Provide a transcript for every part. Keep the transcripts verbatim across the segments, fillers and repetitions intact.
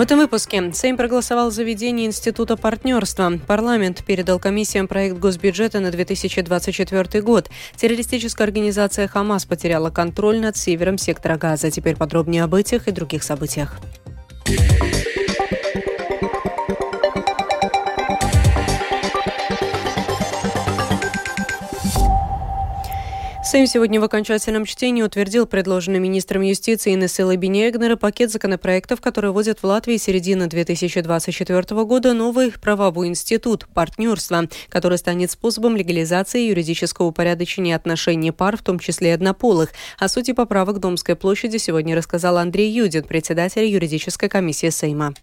этом выпуске Сейм проголосовал за введение Института партнерства. Парламент передал комиссиям проект госбюджета на две тысячи двадцать четвёртый год. Террористическая организация «Хамас» потеряла контроль над севером сектора Газа. Теперь подробнее об этих и других событиях. Сейм сегодня в окончательном чтении утвердил предложенный министром юстиции Инесселой Бинегнера пакет законопроектов, которые вводят в Латвии с середины две тысячи двадцать четвёртого года новый правовой институт партнерства, который станет способом легализации юридического упорядочения отношений пар, в том числе и однополых. О сути поправок Домской площади сегодня рассказал Андрей Юдин, председатель юридической комиссии Сейма.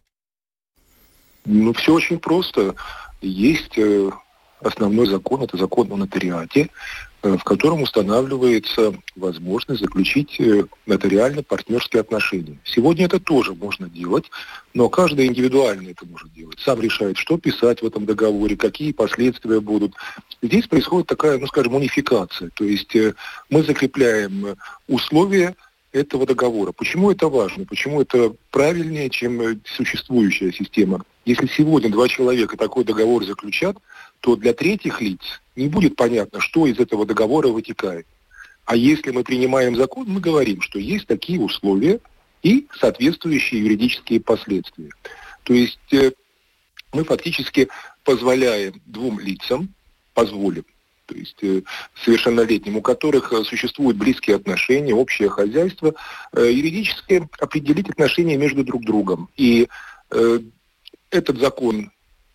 Ну, все очень просто. Есть э, основной закон, это закон о нотариате, в котором устанавливается возможность заключить нотариально-партнерские отношения. Сегодня это тоже можно делать, но каждый индивидуально это может делать. Сам решает, что писать в этом договоре, какие последствия будут. Здесь происходит такая, ну скажем, унификация. То есть мы закрепляем условия этого договора. Почему это важно? Почему это правильнее, чем существующая система? Если сегодня два человека такой договор заключат, то для третьих лиц не будет понятно, что из этого договора вытекает. А если мы принимаем закон, мы говорим, что есть такие условия и соответствующие юридические последствия. То есть э, мы фактически позволяем двум лицам, позволим, то есть э, совершеннолетним, у которых э, существуют близкие отношения, общее хозяйство, э, юридически определить отношения между друг другом. И э, этот закон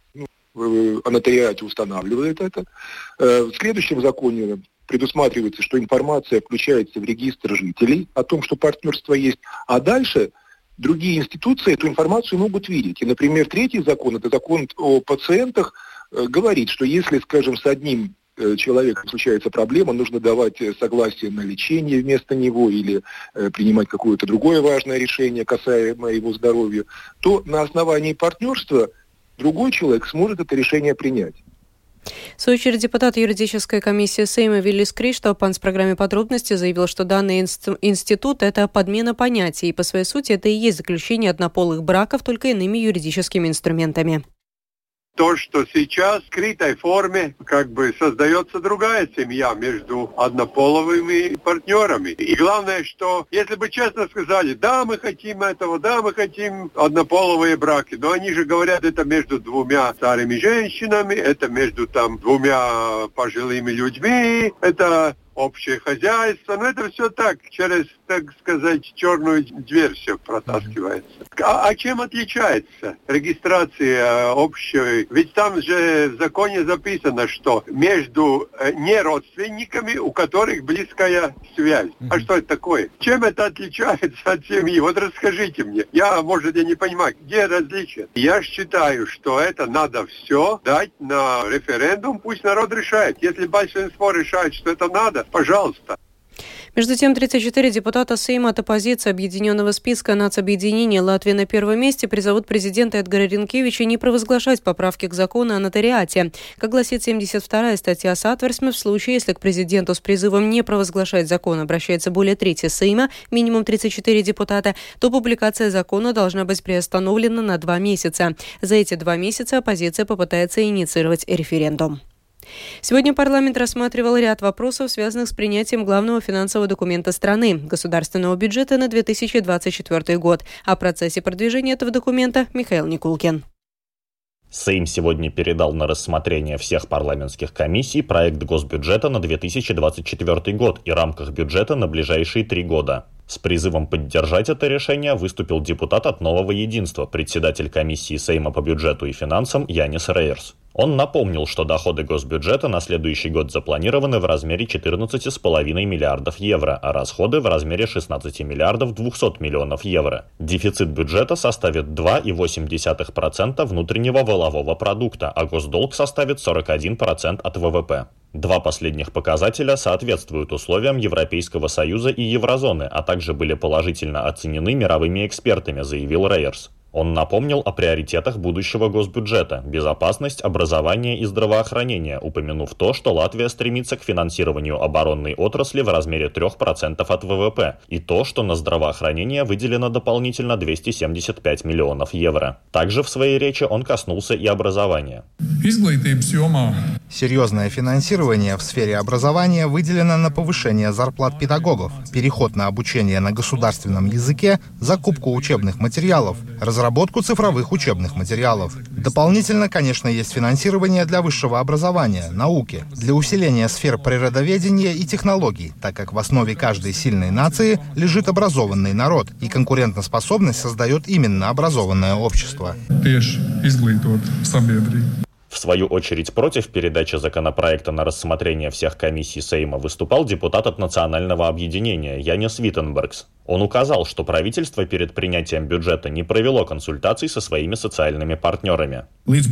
о нотариате устанавливает это. В следующем законе предусматривается, что информация включается в регистр жителей о том, что партнерство есть, а дальше другие институции эту информацию могут видеть. И, например, третий закон, это закон о пациентах, говорит, что если, скажем, с одним человеком случается проблема, нужно давать согласие на лечение вместо него или э, принимать какое-то другое важное решение, касаемое его здоровья, то на основании партнерства другой человек сможет это решение принять. В свою очередь, депутат юридической комиссии Сейма Виллис Криштопан в программе «Подробности» заявил, что данный инст- институт – это подмена понятий, и по своей сути это и есть заключение однополых браков, только иными юридическими инструментами. То, что сейчас в скрытой форме как бы создается другая семья между однополовыми партнерами. И главное, что если бы честно сказали, да, мы хотим этого, да, мы хотим однополовые браки, но они же говорят, это между двумя старыми женщинами, это между там двумя пожилыми людьми, это общее хозяйство, но это все так, через, так сказать, черную дверь все протаскивается. А, а чем отличается регистрация общей? Ведь там же в законе записано, что между неродственниками, у которых близкая связь. А что это такое? Чем это отличается от семьи? Вот расскажите мне. Я, может, я не понимаю, где различие? Я считаю, что это надо все дать на референдум, пусть народ решает. Если большинство решает, что это надо, пожалуйста. Между тем, тридцать четыре депутата Сейма от оппозиции Объединенного списка нацобъединения «Латвия на первом месте» призовут президента Эдгара Ринкевича не провозглашать поправки к закону о нотариате. Как гласит семьдесят вторая статья Сатверсме, в случае, если к президенту с призывом не провозглашать закон обращается более трети Сейма, минимум тридцать четыре депутата, то публикация закона должна быть приостановлена на два месяца. За эти два месяца оппозиция попытается инициировать референдум. Сегодня парламент рассматривал ряд вопросов, связанных с принятием главного финансового документа страны – государственного бюджета на две тысячи двадцать четвёртый год. О процессе продвижения этого документа Михаил Никулкин. Сейм сегодня передал на рассмотрение всех парламентских комиссий проект госбюджета на две тысячи двадцать четвёртый год и рамках бюджета на ближайшие три года. С призывом поддержать это решение выступил депутат от Нового единства, председатель комиссии Сейма по бюджету и финансам Янис Рейерс. Он напомнил, что доходы госбюджета на следующий год запланированы в размере четырнадцать целых пять десятых миллиардов евро, а расходы в размере шестнадцать миллиардов двести миллионов евро. Дефицит бюджета составит два целых восемь десятых процента внутреннего валового продукта, а госдолг составит сорок один процент от ВВП. Два последних показателя соответствуют условиям Европейского Союза и Еврозоны, а также были положительно оценены мировыми экспертами, заявил Рейерс. Он напомнил о приоритетах будущего госбюджета – безопасность, образование и здравоохранение, упомянув то, что Латвия стремится к финансированию оборонной отрасли в размере трех процентов от ВВП, и то, что на здравоохранение выделено дополнительно двести семьдесят пять миллионов евро. Также в своей речи он коснулся и образования. Серьезное финансирование в сфере образования выделено на повышение зарплат педагогов, переход на обучение на государственном языке, закупку учебных материалов, разработку цифровых учебных материалов. Дополнительно, конечно, есть финансирование для высшего образования, науки, для усиления сфер природоведения и технологий, так как в основе каждой сильной нации лежит образованный народ, и конкурентоспособность создает именно образованное общество. В свою очередь, против передачи законопроекта на рассмотрение всех комиссий Сейма выступал депутат от Национального объединения Янис Виттенбергс. Он указал, что правительство перед принятием бюджета не провело консультаций со своими социальными партнерами.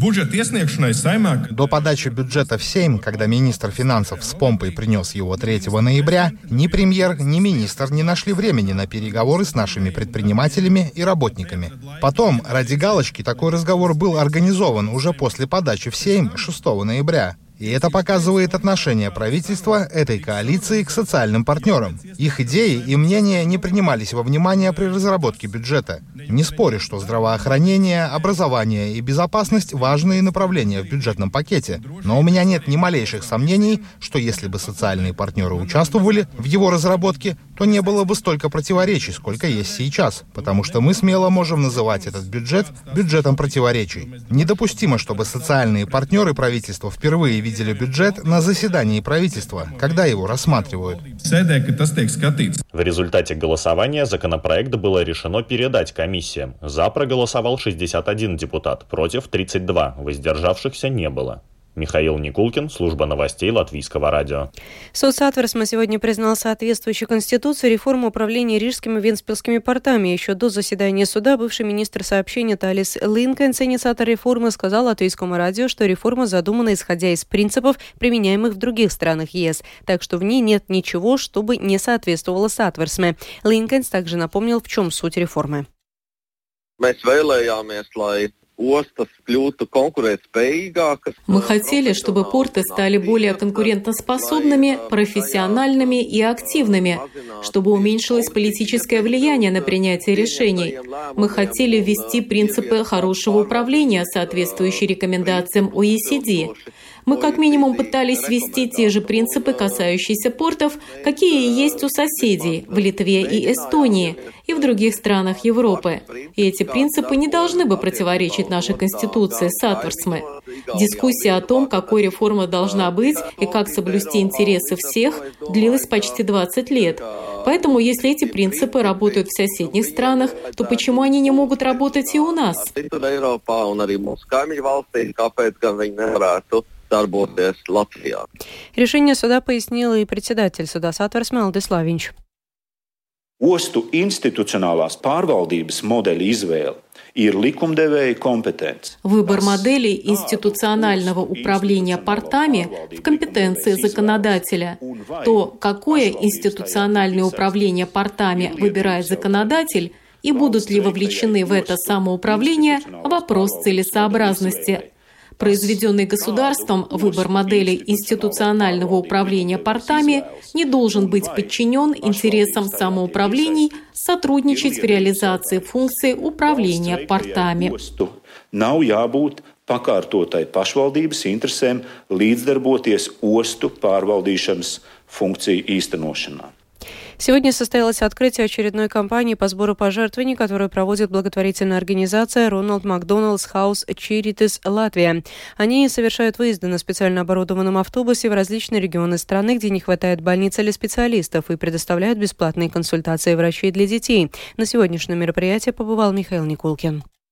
До подачи бюджета в Сейм, когда министр финансов с помпой принес его третьего ноября, ни премьер, ни министр не нашли времени на переговоры с нашими предпринимателями и работниками. Потом, ради галочки, такой разговор был организован уже после подачи в Сейм шестого ноября. И это показывает отношение правительства этой коалиции к социальным партнерам. Их идеи и мнения не принимались во внимание при разработке бюджета. Не спорю, что здравоохранение, образование и безопасность – важные направления в бюджетном пакете. Но у меня нет ни малейших сомнений, что если бы социальные партнеры участвовали в его разработке, то не было бы столько противоречий, сколько есть сейчас. Потому что мы смело можем называть этот бюджет бюджетом противоречий. Недопустимо, чтобы социальные партнеры правительства впервые видели бюджет на заседании правительства, когда его рассматривают. В результате голосования законопроект было решено передать комиссиям. За проголосовал шестьдесят один депутат, против тридцать два, воздержавшихся не было. Михаил Никулкин, служба новостей Латвийского радио. Соцатверсма сегодня признал соответствующей Конституции реформу управления Рижскими и Вентспилскими портами. Еще до заседания суда бывший министр сообщения Талис Линкенс, инициатор реформы, сказал Латвийскому радио, что реформа задумана исходя из принципов, применяемых в других странах ЕС, так что в ней нет ничего, чтобы не соответствовало Сатверсме. Линкенс также напомнил, в чем суть реформы. Мы хотели, чтобы порты стали более конкурентоспособными, профессиональными и активными, чтобы уменьшилось политическое влияние на принятие решений. Мы хотели ввести принципы хорошего управления, соответствующие рекомендациям о и си ди. Мы как минимум пытались ввести те же принципы, касающиеся портов, какие есть у соседей в Литве и Эстонии и в других странах Европы. И эти принципы не должны бы противоречить нашей Конституции Сатверсме. Дискуссия о том, какой реформа должна быть и как соблюсти интересы всех, длилась почти двадцать лет. Поэтому, если эти принципы работают в соседних странах, то почему они не могут работать и у нас? Решение суда пояснил и председатель суда Сатверсме Алдис Лавинч. Ostu institucionālās pārvaldības modeļa izvēle ir likumdevēja kompetence. Выбор моделей институционального управления портами в компетенции законодателя. То, какое институциональное управление портами выбирает законодатель, и будут ли вовлечены в это самоуправление – вопрос целесообразности. Произведенный государством выбор модели институционального управления портами не должен быть подчинен интересам самоуправлений сотрудничать в реализации функций управления портами. Nav jābūt pakārtotai pašvaldības interesēm līdzdarboties ostu pārvaldīšanas funkciju īstenošanā. Сегодня состоялось открытие очередной кампании по сбору пожертвований, которую проводит благотворительная организация Рональд Макдоналдс Хаус Чаритис Латвия. Они совершают выезды на специально оборудованном автобусе в различные регионы страны, где не хватает больниц или специалистов, и предоставляют бесплатные консультации врачей для детей. На сегодняшнем мероприятии побывал Михаил Никулкин.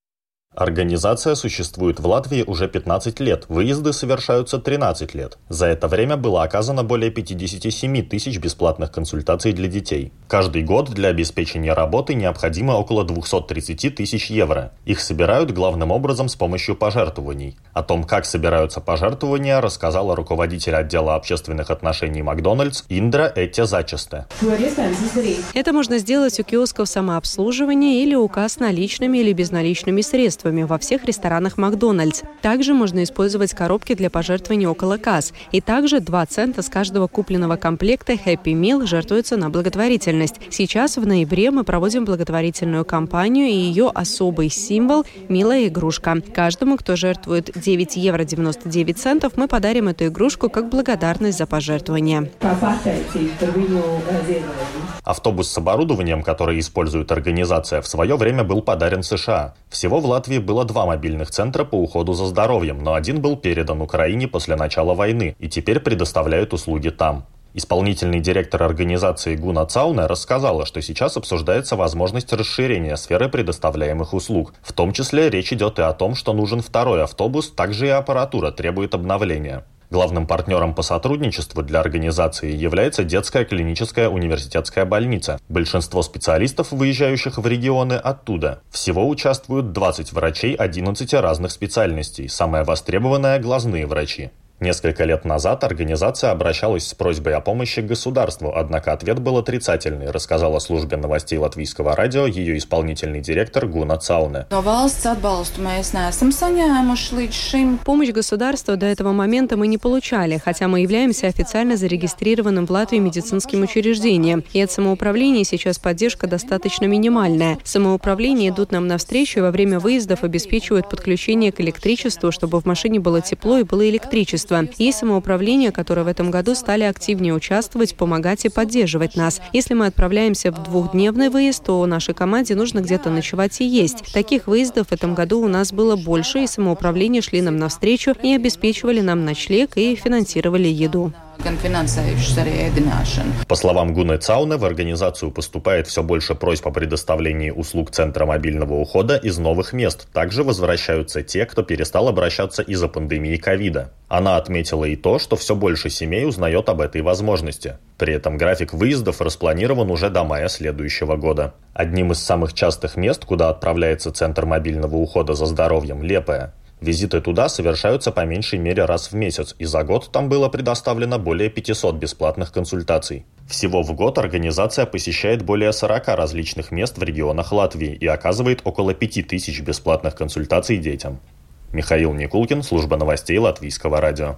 Организация существует в Латвии уже пятнадцать лет, выезды совершаются тринадцать лет. За это время было оказано более пятьдесят семь тысяч бесплатных консультаций для детей. Каждый год для обеспечения работы необходимо около двести тридцать тысяч евро. Их собирают главным образом с помощью пожертвований. О том, как собираются пожертвования, рассказала руководитель отдела общественных отношений Макдональдс Индра Этя Зачесте. Это можно сделать у киосков самообслуживания или у касс наличными или безналичными средствами во всех ресторанах Макдональдс. Также можно использовать коробки для пожертвований около касс. И также два цента с каждого купленного комплекта Happy Meal жертвуется на благотворительность. Сейчас в ноябре мы проводим благотворительную кампанию, и ее особый символ – милая игрушка. Каждому, кто жертвует девять евро девяносто девять центов, мы подарим эту игрушку как благодарность за пожертвование. Автобус с оборудованием, который использует организация, в свое время был подарен США. Всего в Латвии было два мобильных центра по уходу за здоровьем, но один был передан Украине после начала войны и теперь предоставляет услуги там. Исполнительный директор организации Гуна Цауне рассказала, что сейчас обсуждается возможность расширения сферы предоставляемых услуг. В том числе речь идет и о том, что нужен второй автобус, также и аппаратура требует обновления. Главным партнером по сотрудничеству для организации является детская клиническая университетская больница. Большинство специалистов, выезжающих в регионы, оттуда. Всего участвуют двадцать врачей одиннадцати разных специальностей. Самая востребованная – глазные врачи. Несколько лет назад организация обращалась с просьбой о помощи к государству, однако ответ был отрицательный, рассказала службе новостей Латвийского радио ее исполнительный директор Гуна Цауне. Помощь государства до этого момента мы не получали, хотя мы являемся официально зарегистрированным в Латвии медицинским учреждением. И от самоуправления сейчас поддержка достаточно минимальная. Самоуправление идут нам навстречу и во время выездов обеспечивают подключение к электричеству, чтобы в машине было тепло и было электричество. Есть самоуправление, которые в этом году стали активнее участвовать, помогать и поддерживать нас. Если мы отправляемся в двухдневный выезд, то нашей команде нужно где-то ночевать и есть. Таких выездов в этом году у нас было больше, и самоуправление шли нам навстречу и обеспечивали нам ночлег и финансировали еду. По словам Гуны Цауне, в организацию поступает все больше просьб о предоставлении услуг Центра мобильного ухода из новых мест. Также возвращаются те, кто перестал обращаться из-за пандемии ковида. Она отметила и то, что все больше семей узнает об этой возможности. При этом график выездов распланирован уже до мая следующего года. Одним из самых частых мест, куда отправляется Центр мобильного ухода за здоровьем, Лепая. Визиты туда совершаются по меньшей мере раз в месяц, и за год там было предоставлено более пятисот бесплатных консультаций. Всего в год организация посещает более сорока различных мест в регионах Латвии и оказывает около пяти тысяч бесплатных консультаций детям. Михаил Никулкин, служба новостей Латвийского радио.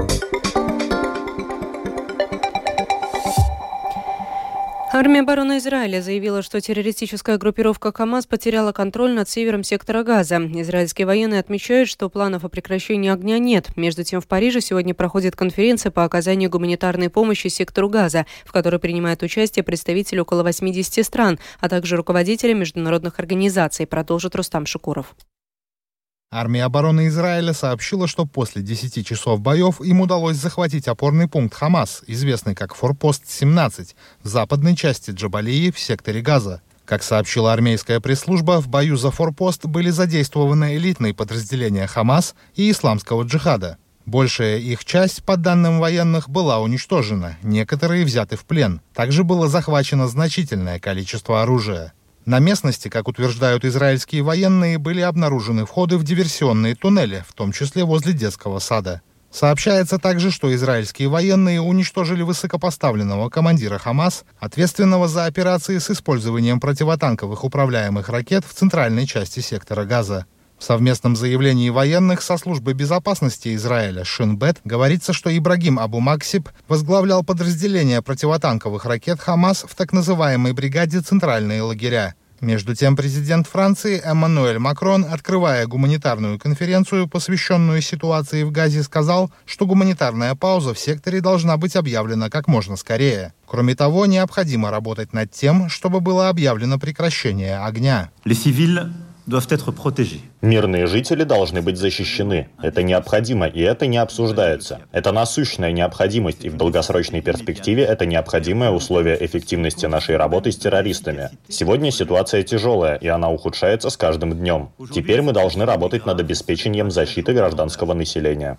Армия обороны Израиля заявила, что террористическая группировка ХАМАС потеряла контроль над севером сектора Газа. Израильские военные отмечают, что планов о прекращении огня нет. Между тем, в Париже сегодня проходит конференция по оказанию гуманитарной помощи сектору Газа, в которой принимают участие представители около восьмидесяти стран, а также руководители международных организаций, продолжит Рустам Шукуров. Армия обороны Израиля сообщила, что после десяти часов боев им удалось захватить опорный пункт Хамас, известный как Форпост семнадцать, в западной части Джабалии в секторе Газа. Как сообщила армейская пресс-служба, в бою за Форпост были задействованы элитные подразделения Хамас и исламского джихада. Большая их часть, по данным военных, была уничтожена, некоторые взяты в плен. Также было захвачено значительное количество оружия. На местности, как утверждают израильские военные, были обнаружены входы в диверсионные туннели, в том числе возле детского сада. Сообщается также, что израильские военные уничтожили высокопоставленного командира Хамас, ответственного за операции с использованием противотанковых управляемых ракет в центральной части сектора Газа. В совместном заявлении военных со службы безопасности Израиля Шин Бет говорится, что Ибрагим Абу-Максиб возглавлял подразделение противотанковых ракет Хамас в так называемой бригаде «Центральные лагеря». Между тем, президент Франции Эммануэль Макрон, открывая гуманитарную конференцию, посвященную ситуации в Газе, сказал, что гуманитарная пауза в секторе должна быть объявлена как можно скорее. Кроме того, необходимо работать над тем, чтобы было объявлено прекращение огня. Мирные жители должны быть защищены. Это необходимо, и это не обсуждается. Это насущная необходимость, и в долгосрочной перспективе это необходимое условие эффективности нашей работы с террористами. Сегодня ситуация тяжелая, и она ухудшается с каждым днем. Теперь мы должны работать над обеспечением защиты гражданского населения.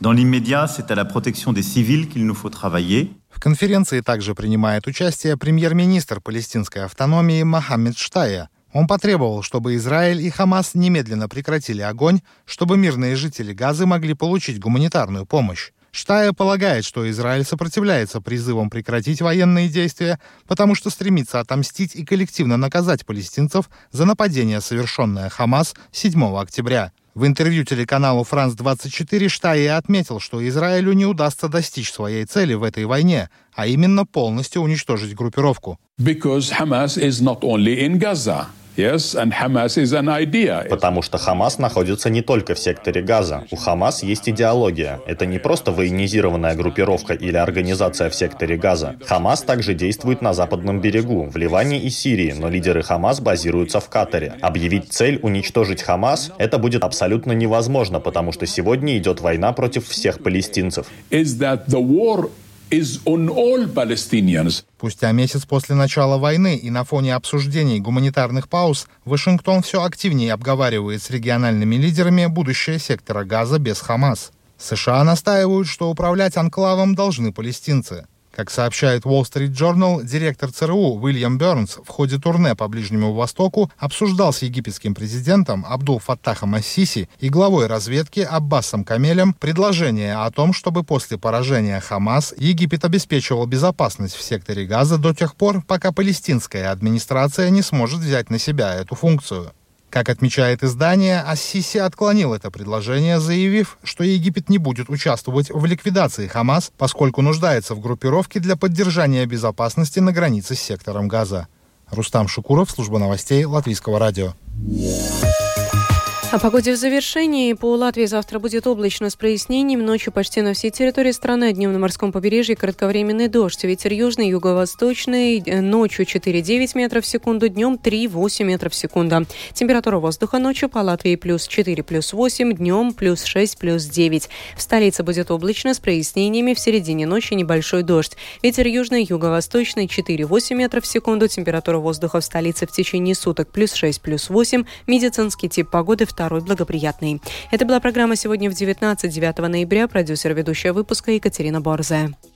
В конференции также принимает участие премьер-министр палестинской автономии Мохаммед Штая. Он потребовал, чтобы Израиль и Хамас немедленно прекратили огонь, чтобы мирные жители Газы могли получить гуманитарную помощь. Штая полагает, что Израиль сопротивляется призывам прекратить военные действия, потому что стремится отомстить и коллективно наказать палестинцев за нападение, совершенное Хамас седьмого октября. В интервью телеканалу Франс двадцать четыре Штая отметил, что Израилю не удастся достичь своей цели в этой войне, а именно полностью уничтожить группировку. Потому что Хамас находится не только в секторе Газа. У Хамас есть идеология. Это не просто военизированная группировка или организация в секторе Газа. Хамас также действует на западном берегу, в Ливане и Сирии, но лидеры Хамас базируются в Катаре. Объявить цель уничтожить Хамас – это будет абсолютно невозможно, потому что сегодня идет война против всех палестинцев. Спустя месяц после начала войны и на фоне обсуждений гуманитарных пауз, Вашингтон все активнее обговаривает с региональными лидерами будущее сектора Газа без Хамас. США настаивают, что управлять анклавом должны палестинцы. Как сообщает Wall Street Journal, директор ЦРУ Уильям Бернс в ходе турне по Ближнему Востоку обсуждал с египетским президентом Абдул-Фаттахом ас-Сиси и главой разведки Аббасом Камелем предложение о том, чтобы после поражения Хамас Египет обеспечивал безопасность в секторе Газа до тех пор, пока палестинская администрация не сможет взять на себя эту функцию. Как отмечает издание, ас-Сиси отклонил это предложение, заявив, что Египет не будет участвовать в ликвидации Хамас, поскольку нуждается в группировке для поддержания безопасности на границе с сектором Газа. Рустам Шукуров, служба новостей Латвийского радио. О погоде в завершении. По Латвии завтра будет облачно с прояснением. Ночью почти на всей территории страны, днем на морском побережье кратковременный дождь. Ветер южный, юго-восточный. Ночью четыре-девять метров в секунду, днем три-восемь метров в секунду. Температура воздуха ночью по Латвии плюс четыре, плюс восемь, днем плюс шесть, плюс девять. В столице будет облачно с прояснениями. В середине ночи небольшой дождь. Ветер южный, юго-восточный четыре-восемь метров в секунду. Температура воздуха в столице в течение суток плюс шесть, плюс восемь. Медицинский тип погоды второй благоприятный. Это была программа «Сегодня в девятнадцать», девятого ноября. Продюсер ведущая выпуска Екатерина Борзая.